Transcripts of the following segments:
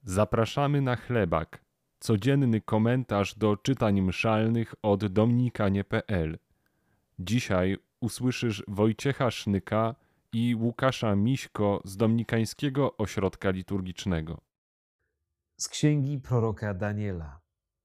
Zapraszamy na chlebak. Codzienny komentarz do czytań mszalnych od dominikanie.pl. Dzisiaj usłyszysz Wojciecha Sznyka i Łukasza Miśko z Dominikańskiego Ośrodka Liturgicznego. Z księgi proroka Daniela.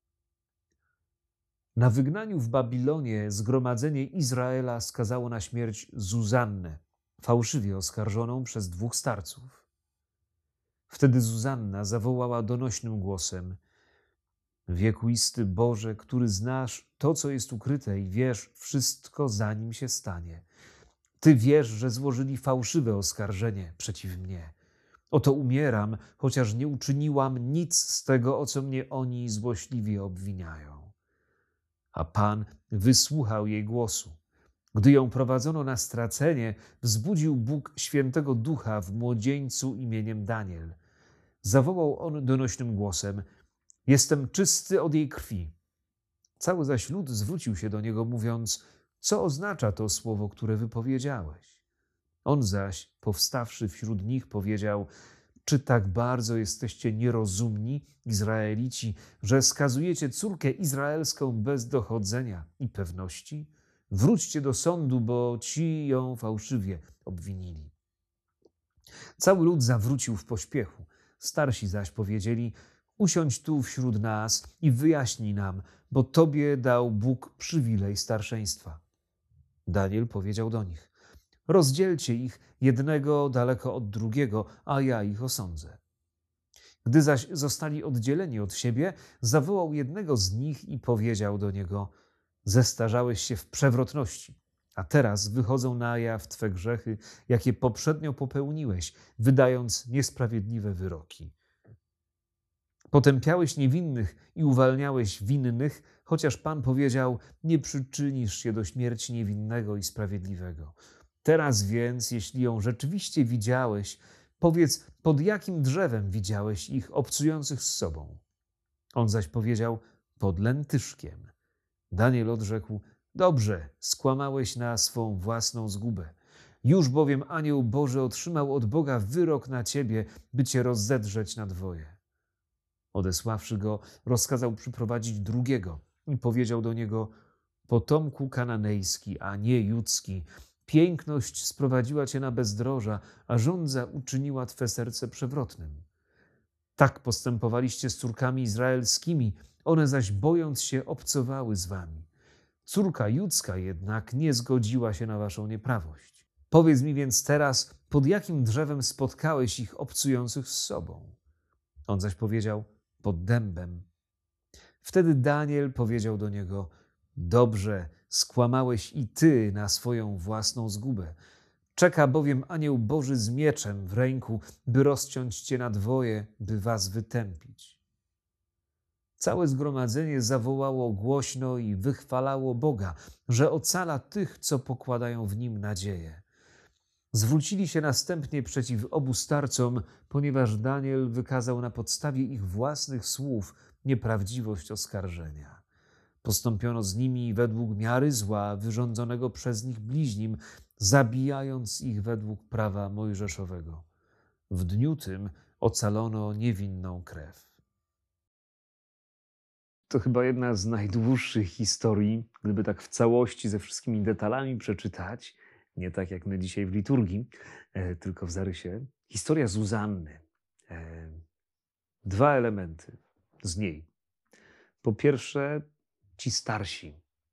Na wygnaniu w Babilonie zgromadzenie Izraela skazało na śmierć Zuzannę, fałszywie oskarżoną przez 2 starców. Wtedy Zuzanna zawołała donośnym głosem: Wiekuisty Boże, który znasz to, co jest ukryte i wiesz wszystko, zanim się stanie. Ty wiesz, że złożyli fałszywe oskarżenie przeciw mnie. Oto umieram, chociaż nie uczyniłam nic z tego, o co mnie oni złośliwie obwiniają. A Pan wysłuchał jej głosu. Gdy ją prowadzono na stracenie, wzbudził Bóg Świętego Ducha w młodzieńcu imieniem Daniel. Zawołał on donośnym głosem: Jestem czysty od jej krwi. Cały zaś lud zwrócił się do niego, mówiąc: Co oznacza to słowo, które wypowiedziałeś? On zaś, powstawszy wśród nich, powiedział: Czy tak bardzo jesteście nierozumni, Izraelici, że skazujecie córkę izraelską bez dochodzenia i pewności? Wróćcie do sądu, bo ci ją fałszywie obwinili. Cały lud zawrócił w pośpiechu. Starsi zaś powiedzieli: Usiądź tu wśród nas i wyjaśnij nam, bo Tobie dał Bóg przywilej starszeństwa. Daniel powiedział do nich: Rozdzielcie ich jednego daleko od drugiego, a ja ich osądzę. Gdy zaś zostali oddzieleni od siebie, zawołał jednego z nich i powiedział do niego: Zestarzałeś się w przewrotności, a teraz wychodzą na jaw Twe grzechy, jakie poprzednio popełniłeś, wydając niesprawiedliwe wyroki. Potępiałeś niewinnych i uwalniałeś winnych, chociaż Pan powiedział: Nie przyczynisz się do śmierci niewinnego i sprawiedliwego. Teraz więc, jeśli ją rzeczywiście widziałeś, powiedz, pod jakim drzewem widziałeś ich obcujących z sobą. On zaś powiedział: Pod lentyszkiem. Daniel odrzekł: Dobrze, skłamałeś na swą własną zgubę. Już bowiem anioł Boży otrzymał od Boga wyrok na ciebie, by cię rozzedrzeć na dwoje. Odesławszy go, rozkazał przyprowadzić drugiego i powiedział do niego: Potomku kananejski, a nie judzki, piękność sprowadziła cię na bezdroża, a żądza uczyniła twe serce przewrotnym. Tak postępowaliście z córkami izraelskimi, one zaś bojąc się obcowały z wami. Córka judzka jednak nie zgodziła się na waszą nieprawość. Powiedz mi więc teraz, pod jakim drzewem spotkałeś ich obcujących z sobą? On zaś powiedział: Pod dębem. Wtedy Daniel powiedział do niego: Dobrze, skłamałeś i ty na swoją własną zgubę. Czeka bowiem anioł Boży z mieczem w ręku, by rozciąć cię na dwoje, by was wytępić. Całe zgromadzenie zawołało głośno i wychwalało Boga, że ocala tych, co pokładają w Nim nadzieję. Zwrócili się następnie przeciw obu starcom, ponieważ Daniel wykazał na podstawie ich własnych słów nieprawdziwość oskarżenia. Postąpiono z nimi według miary zła wyrządzonego przez nich bliźnim, zabijając ich według prawa mojżeszowego. W dniu tym ocalono niewinną krew. To chyba jedna z najdłuższych historii, gdyby tak w całości ze wszystkimi detalami przeczytać, nie tak jak my dzisiaj w liturgii, tylko w zarysie. Historia Zuzanny. 2 elementy z niej. Po pierwsze, ci starsi.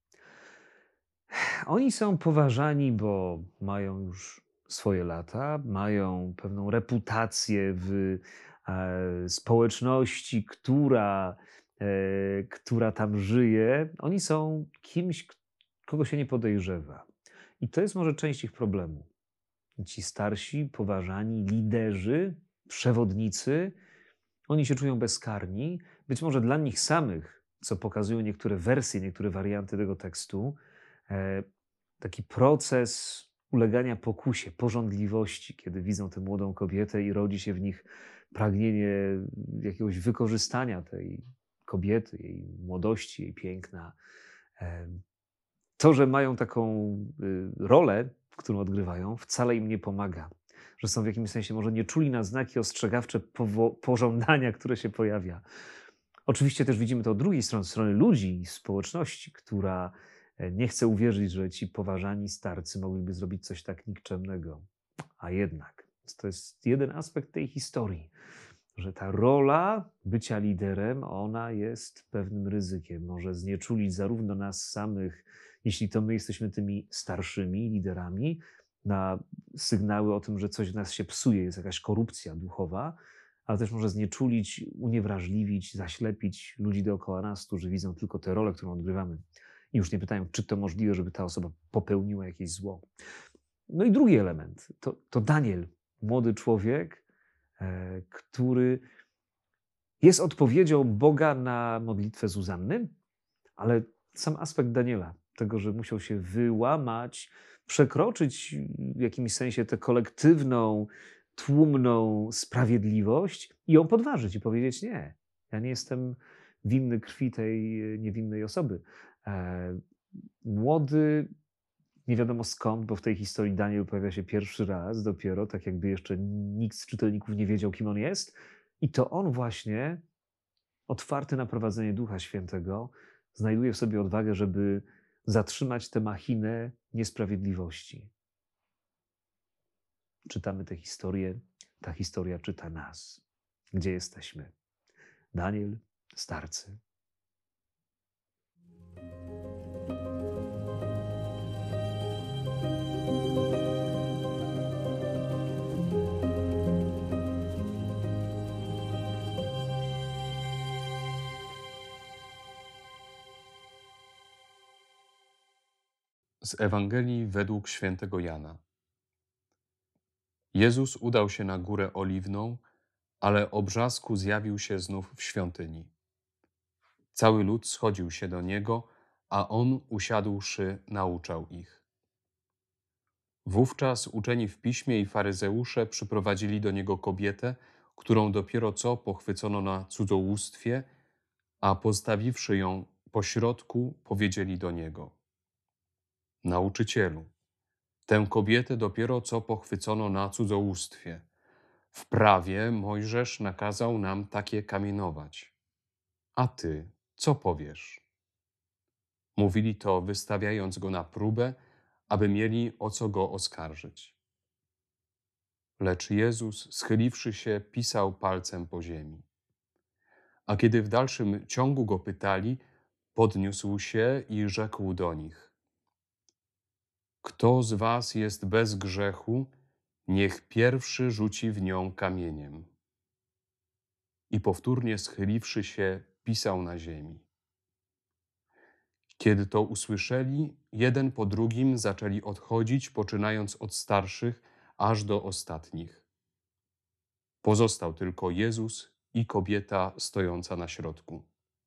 Oni są poważani, bo mają już swoje lata, mają pewną reputację w społeczności, która tam żyje. Oni są kimś, kogo się nie podejrzewa. I to jest może część ich problemu. Ci starsi, poważani liderzy, przewodnicy, oni się czują bezkarni. Być może dla nich samych, co pokazują niektóre wersje, niektóre warianty tego tekstu, taki proces ulegania pokusie, pożądliwości, kiedy widzą tę młodą kobietę i rodzi się w nich pragnienie jakiegoś wykorzystania tej kobiety, jej młodości, jej piękna. To, że mają taką rolę, którą odgrywają, wcale im nie pomaga. że są w jakimś sensie może nieczuli na znaki ostrzegawcze pożądania, które się pojawia. Oczywiście też widzimy to od drugiej strony, strony ludzi i społeczności, która nie chce uwierzyć, że ci poważani starcy mogliby zrobić coś tak nikczemnego. A jednak to jest jeden aspekt tej historii, że ta rola bycia liderem, ona jest pewnym ryzykiem. Może znieczulić zarówno nas samych, jeśli to my jesteśmy tymi starszymi liderami, na sygnały o tym, że coś w nas się psuje, jest jakaś korupcja duchowa, ale też może znieczulić, uniewrażliwić, zaślepić ludzi dookoła nas, którzy widzą tylko tę rolę, którą odgrywamy i już nie pytają, czy to możliwe, żeby ta osoba popełniła jakieś zło. No i drugi element, to Daniel, młody człowiek, który jest odpowiedzią Boga na modlitwę Zuzanny, ale sam aspekt Daniela, tego, że musiał się wyłamać, przekroczyć w jakimś sensie tę kolektywną, tłumną sprawiedliwość i ją podważyć i powiedzieć: nie, ja nie jestem winny krwi tej niewinnej osoby. Młody, nie wiadomo skąd, bo w tej historii Daniel pojawia się pierwszy raz dopiero, tak jakby jeszcze nikt z czytelników nie wiedział, kim on jest. I to on właśnie, otwarty na prowadzenie Ducha Świętego, znajduje w sobie odwagę, żeby zatrzymać tę machinę niesprawiedliwości. Czytamy tę historię, ta historia czyta nas. Gdzie jesteśmy? Daniel, starcy. Z Ewangelii według świętego Jana. Jezus udał się na Górę Oliwną, ale o brzasku zjawił się znów w świątyni. Cały lud schodził się do Niego, a On, usiadłszy, nauczał ich. Wówczas uczeni w piśmie i faryzeusze przyprowadzili do Niego kobietę, którą dopiero co pochwycono na cudzołóstwie, a postawiwszy ją pośrodku, powiedzieli do Niego: Nauczycielu, tę kobietę dopiero co pochwycono na cudzołóstwie. W prawie Mojżesz nakazał nam takie kamienować. A ty, co powiesz? Mówili to, wystawiając go na próbę, aby mieli o co go oskarżyć. Lecz Jezus, schyliwszy się, pisał palcem po ziemi. A kiedy w dalszym ciągu go pytali, podniósł się i rzekł do nich: Kto z was jest bez grzechu, niech pierwszy rzuci w nią kamieniem. I powtórnie schyliwszy się, pisał na ziemi. Kiedy to usłyszeli, jeden po drugim zaczęli odchodzić, poczynając od starszych, aż do ostatnich. Pozostał tylko Jezus i kobieta stojąca na środku.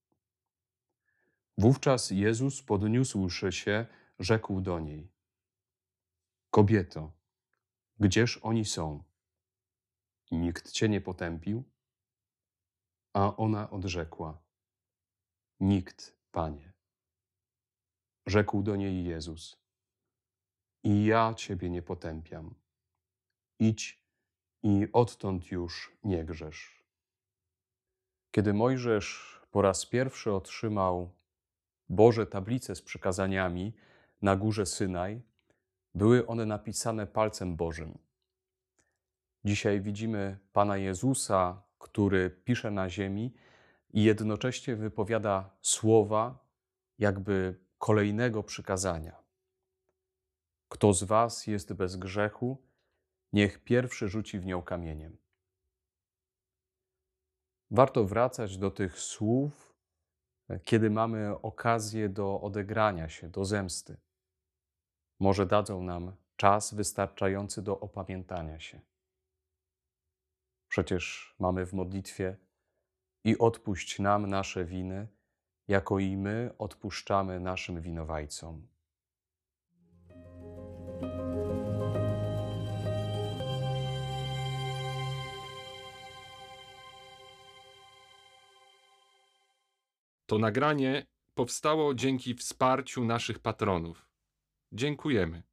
Wówczas Jezus, podniósłszy się, rzekł do niej: Kobieto, gdzież oni są? Nikt cię nie potępił? A ona odrzekła: Nikt, Panie. Rzekł do niej Jezus: I ja ciebie nie potępiam. Idź i odtąd już nie grzesz. Kiedy Mojżesz po raz pierwszy otrzymał Boże tablice z przykazaniami na górze Synaj, były one napisane palcem Bożym. Dzisiaj widzimy Pana Jezusa, który pisze na ziemi i jednocześnie wypowiada słowa jakby kolejnego przykazania. Kto z was jest bez grzechu, niech pierwszy rzuci w nią kamieniem. Warto wracać do tych słów, kiedy mamy okazję do odegrania się, do zemsty. Może dadzą nam czas wystarczający do opamiętania się. Przecież mamy w modlitwie: i odpuść nam nasze winy, jako i my odpuszczamy naszym winowajcom. To nagranie powstało dzięki wsparciu naszych patronów. Dziękujemy.